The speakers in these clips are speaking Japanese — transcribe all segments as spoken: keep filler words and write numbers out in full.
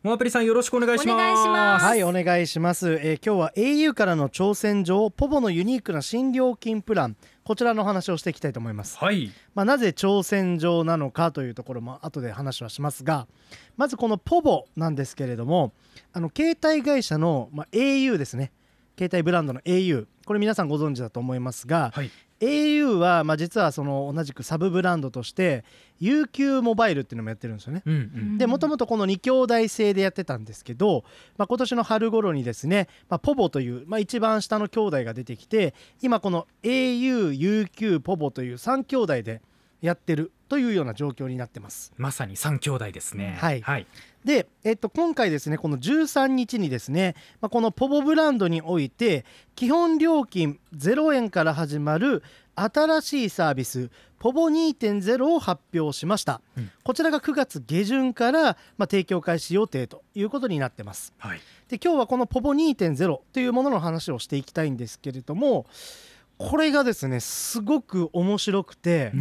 モアプリさんよろしくお願いします。 お願いします。 はい、お願いします。えー、今日は エーユー からの挑戦状ポボのユニークな新料金プラン、こちらの話をしていきたいと思います。 はい、 まあ、なぜ挑戦状なのかというところも後で話はしますが、まずこのポボなんですけれども、あの携帯会社の、まあ、エーユー ですね。携帯ブランドの エーユー、 これ皆さんご存知だと思いますが、 はい、 エーユー はまあ実はその同じくサブブランドとして ユーキュー モバイルっていうのもやってるんですよね。 うんうん、 でもともとこのに兄弟制でやってたんですけど、まあ、今年の春頃にですね、まあ、ポボという、まあ、一番下の兄弟が出てきて、今この エーユー、ユーキュー、ポボというさん兄弟でやってるというような状況になってます。 まさにさん兄弟ですね。 はい、 はい、 で、えっと、今回ですねこのじゅうさんにちにですね、まあ、このポボブランドにおいて基本料金ゼロえんから始まる新しいサービスポボ にてんゼロ を発表しました、うん、こちらがくがつげじゅんから、まあ、提供開始予定ということになってます、 はい、で今日はこのポボ にてんゼロ というものの話をしていきたいんですけれども、これがですねすごく面白くて、うん、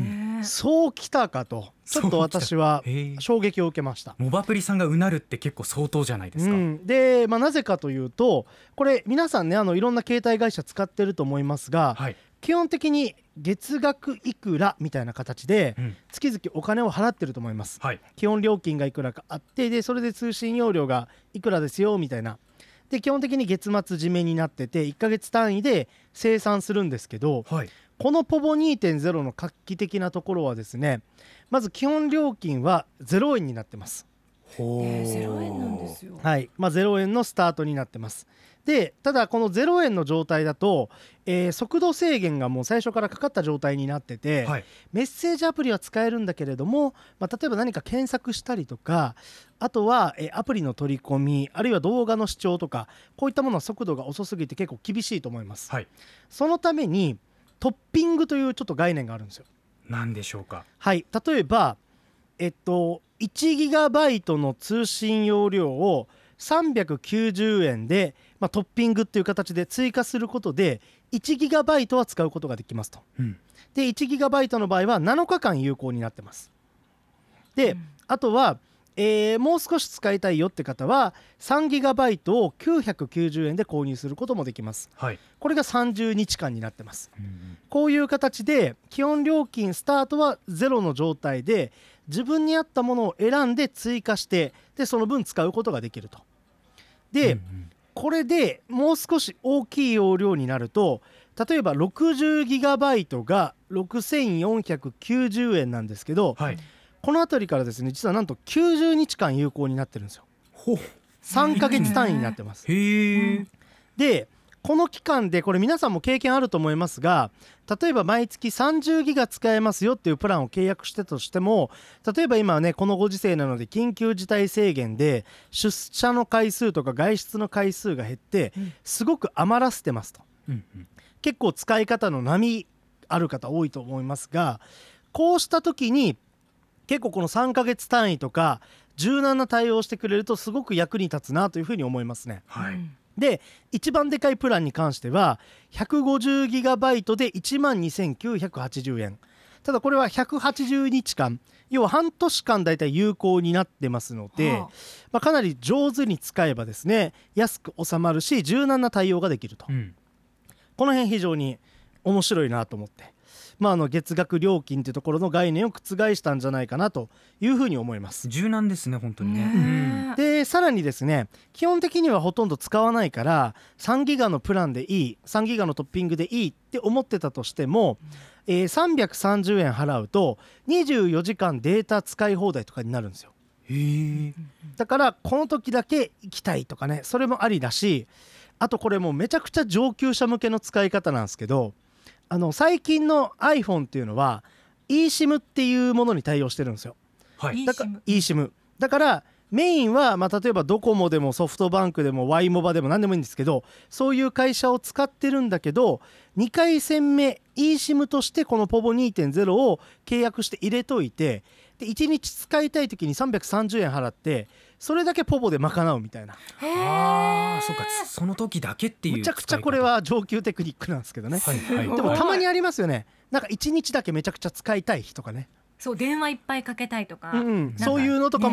そうきたかとちょっと私は衝撃を受けました。 モバプリさんがうなるって結構相当じゃないですか、 うん、で、まあ、なぜかというとこれ皆さんねあのいろんな携帯会社使ってると思いますが、はい、基本的に月額いくらみたいな形で月々お金を払ってると思います、はい、基本料金がいくらかあって、でそれで通信容量がいくらですよみたいなで、基本的に月末締めになってていっかげつ単位で生産するんですけど、はい、このポボ にてんゼロ の画期的なところはですね、まず基本料金はゼロえんになってます。 ほー、ゼロえんなんですよ。 はい、まあ、ゼロえんのスタートになってます。でただこのゼロえんの状態だと、えー、速度制限がもう最初からかかった状態になってて、はい、メッセージアプリは使えるんだけれども、まあ、例えば何か検索したりとか、あとは、えー、アプリの取り込み、あるいは動画の視聴とか、こういったものは速度が遅すぎて結構厳しいと思います、はい、そのためにトッピングというちょっと概念があるんですよ。 何でしょうか。 はい、例えばえっといちギガバイトの通信容量をさんびゃくきゅうじゅうえんで、まあ、トッピングっていう形で追加することでいちギガバイトは使うことができますと、うん、でいちギガバイトの場合はなのかかん有効になってます。で、うん、あとは、えー、もう少し使いたいよって方はさんギガバイトをきゅうひゃくきゅうじゅうえんで購入することもできます、はい、これがさんじゅうにちかんになってます、うん、こういう形で基本料金スタートはゼロの状態で自分に合ったものを選んで追加してでその分使うことができると。で、うんうん、これでもう少し大きい容量になると、例えば ろくじゅうギガバイト がろくせんよんひゃくきゅうじゅうえんなんですけど、はい、このあたりからですね実はなんときゅうじゅうにちかん有効になってるんですよ。ほう、さんかげつ単位になってます。 へー。 でこの期間でこれ皆さんも経験あると思いますが、例えば毎月さんじゅうギガ使えますよっていうプランを契約してとしても、例えば今はねこのご時世なので緊急事態宣言で出社の回数とか外出の回数が減ってすごく余らせてますと、うんうん、結構使い方の波ある方多いと思いますが、こうした時に結構このさんかげつ単位とか柔軟な対応をしてくれるとすごく役に立つなというふうに思いますね、はい。で一番でかいプランに関しては ひゃくごじゅうギガバイト でいちまんにせんきゅうひゃくはちじゅうえん、ただこれはひゃくはちじゅうにちかん、要は半年間だいたい有効になってますので、はあ、まあ、かなり上手に使えばですね安く収まるし柔軟な対応ができると、うん、この辺非常に面白いなと思って、まあ、あの月額料金というところの概念を覆したんじゃないかなというふうに思います。 柔軟ですね本当にね、 うん、でさらにですね基本的にはほとんど使わないからさんギガのプランでいい、さんギガのトッピングでいいって思ってたとしても、うん、えー、さんびゃくさんじゅうえん払うとにじゅうよじかんデータ使い放題とかになるんですよ。 へー。 だからこの時だけ行きたいとかね、それもありだし、あとこれもうめちゃくちゃ上級者向けの使い方なんですけど、あの最近の iPhone っていうのは eSIM っていうものに対応してるんですよ、はい、だから eSIM だからメインは、まあ、例えばドコモでもソフトバンクでも ワイモバでも何でもいいんですけど、そういう会社を使ってるんだけどにかい戦目 eSIM としてこのポボ にてんゼロ を契約して入れといて、でいちにち使いたい時にさんびゃくさんじゅうえん払ってそれだけポボで賄うみたいな。 ああ、そうか、その時だけっていう。 むちゃくちゃこれは上級テクニックなんですけどね、はいはい、でもたまにありますよね、なんかいちにちだけめちゃくちゃ使いたい日とかね、 そう電話いっぱいかけたいとか、 うんうん、そういうのとかも、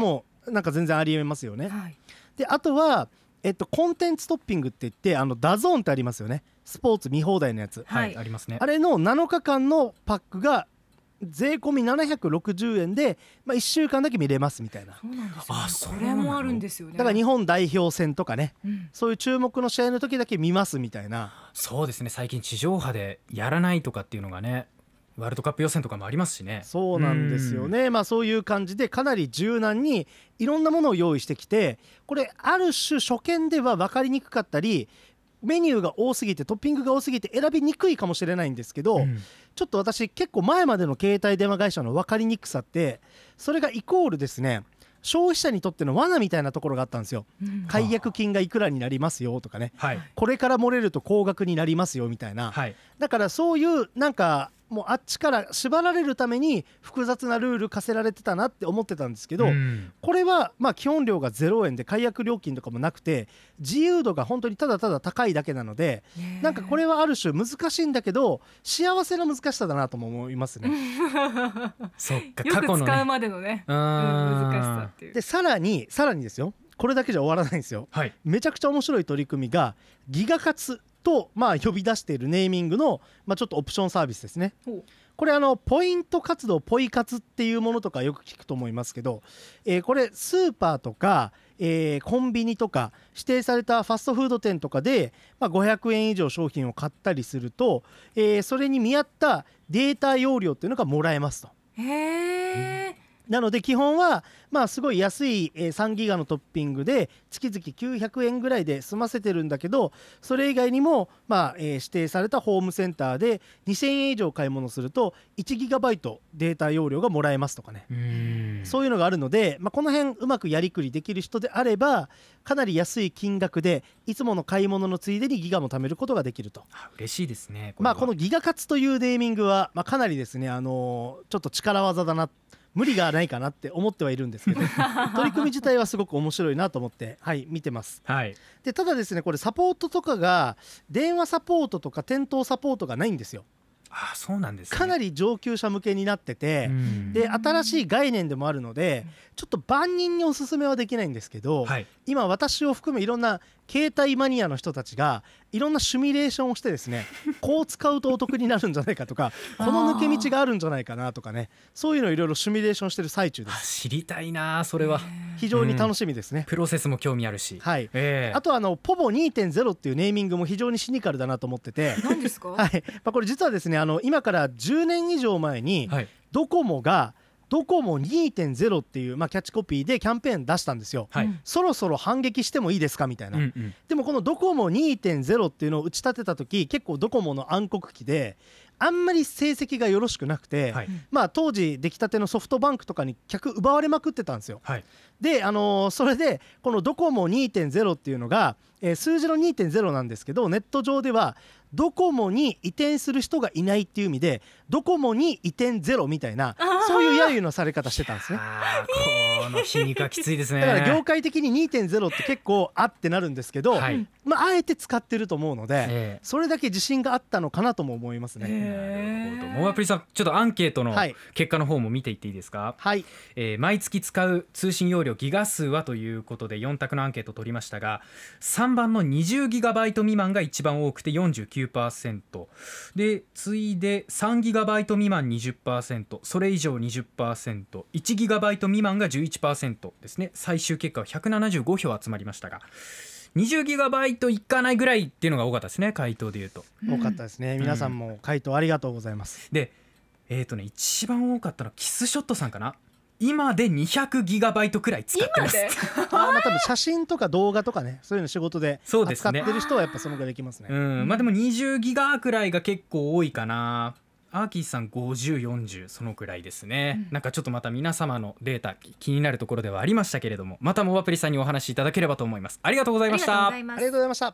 なんか全然ありえますよね。 はい、 であとは、えっと、コンテンツトッピングって言ってあのダゾーンってありますよね。スポーツ見放題のやつ、 はい、 はいありますね。 あれのなのかかんのパックが税込みななひゃくろくじゅうえんで、まあ、いっしゅうかんだけ見れますみたいな。 そうなんですよ、ね、 あそうこなのれもあるんですよね。 だから日本代表戦とかね、 うんそういう注目の試合の時だけ見ますみたいな。 そうですね、最近地上波でやらないとかっていうのがね、ワールドカップ予選とかもありますしね。 そうなんですよね。まあそういう感じでかなり柔軟にいろんなものを用意してきて、これある種初見では分かりにくかったりメニューが多すぎてトッピングが多すぎて選びにくいかもしれないんですけど、 うんちょっと私結構前までの携帯電話会社の分かりにくさって、それがイコールですね、消費者にとっての罠みたいなところがあったんですよ。 うん解約金がいくらになりますよとかね、 はいこれから漏れると高額になりますよみたいな、 はいだからそういうなんかもうあっちから縛られるために複雑なルール課せられてたなって思ってたんですけど、 うんこれはまあ基本料がゼロえんで解約料金とかもなくて自由度が本当にただただ高いだけなので、 ねえなんかこれはある種難しいんだけど幸せな難しさだなとも思いますね。 そっか、 よく使う過去のね、 までのね、 ううんーん難しさっていう。 でさらにさらにですよ、これだけじゃ終わらないんですよ。 はいめちゃくちゃ面白い取り組みがギガ活とまあ呼び出しているネーミングの、まあ、ちょっとオプションサービスですね。 ほうこれあのポイント活動ポイ活っていうものとかよく聞くと思いますけど、えーこれスーパーとか、えーコンビニとか指定されたファストフード店とかで、まあ、ごひゃくえん以上商品を買ったりすると、えーそれに見合ったデータ容量っていうのがもらえますと。 へえ、 なので基本はまあすごい安いえーさんギガのトッピングで月々きゅうひゃくえんぐらいで済ませてるんだけど、それ以外にもまあえー指定されたホームセンターでにせんえん以上買い物するといちギガバイトデータ容量がもらえますとかね、 うーんそういうのがあるので、まあ、この辺うまくやりくりできる人であればかなり安い金額でいつもの買い物のついでにギガも貯めることができると。 あ嬉しいですね。れはまあこのギガ活というネーミングは、まあ、かなりですね、あのーちょっと力技だな、無理がないかなって思ってはいるんですけど取り組み自体はすごく面白いなと思って、はい、見てます。 はいでただですね、これサポートとかが電話サポートとか店頭サポートがないんですよ。 あそうなんですね。 かなり上級者向けになってて、 うんで新しい概念でもあるのでちょっと万人におすすめはできないんですけど、 はい今私を含めいろんな携帯マニアの人たちがいろんなシミュレーションをしてですねこう使うとお得になるんじゃないかとかこの抜け道があるんじゃないかなとかね、そういうのをいろいろシミュレーションしてる最中であす。 知りたいなそれは。 非常に楽しみですね。 プロセスも興味あるし、 はい、 ええあとあのポボ にてんゼロ っていうネーミングも非常にシニカルだなと思ってて何ですか？ はい、まあ、これ実はですね、あの今からじゅうねん以上前にはいドコモがドコモ にてんゼロ っていう、まあ、キャッチコピーでキャンペーン出したんですよ。 はい、 うんそろそろ反撃してもいいですかみたいな、 うんうんでもこのドコモ にてんゼロ っていうのを打ち立てた時結構ドコモの暗黒期であんまり成績がよろしくなくて、 はいまあ、当時出来たてのソフトバンクとかに客奪われまくってたんですよ。 はいで、あのーそれでこのドコモ にてんゼロ っていうのが、えー数字の にてんゼロ なんですけどネット上ではドコモに移転する人がいないっていう意味でドコモに移転ゼロみたいなそういう揶揄のされ方してたんですね。 あーこの皮肉はきついですね。 だから業界的に にてんゼロ って結構あってなるんですけど、 はいまあ、あえて使ってると思うので、 ええそれだけ自信があったのかなとも思いますね。 へなるほど。モアプリさんちょっとアンケートのはい結果の方も見ていっていいですか？ はい、 えー毎月使う通信容量ギガ数はということでよん択のアンケートを取りましたが、さんばんの にじゅうギガバイト 未満が一番多くて よんじゅうきゅうパーセント で、次いで さんギガバイト 未満 にじゅっパーセント、 それ以上 にじゅっパーセント、 いちギガバイト 未満が じゅういちパーセント ですね。最終結果はひゃくななじゅうご票集まりましたが、にじゅうギガバイトいかないぐらいっていうのが多かったですね、回答でいうと。 多かったですね。皆さんも回答ありがとうございます。 でえーとね一番多かったのはキスショットさんかな。今でにひゃくギガバイトくらい使ってます。 であーまあ多分写真とか動画とかねそういうの仕事でそうですね扱ってる人はやっぱそのぐらいできますね。 うんまあでもにじゅうギガくらいが結構多いかな。アーキーさんごじゅう、よんじゅうそのくらいですね、 うんなんかちょっとまた皆様のデータ気になるところではありましたけれども、またモアプリさんにお話しいただければと思います。ありがとうございました。 ありがとうございました。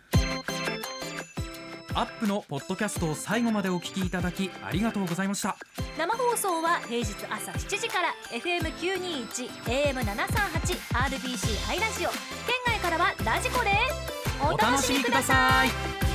アップのポッドキャストを最後までお聞きいただきありがとうございました。 生放送は平日朝しちじから エフエムきゅうにいち エーエムななさんはち アールビーシー ハイラジオ、県外からはラジコです。 お楽しみください。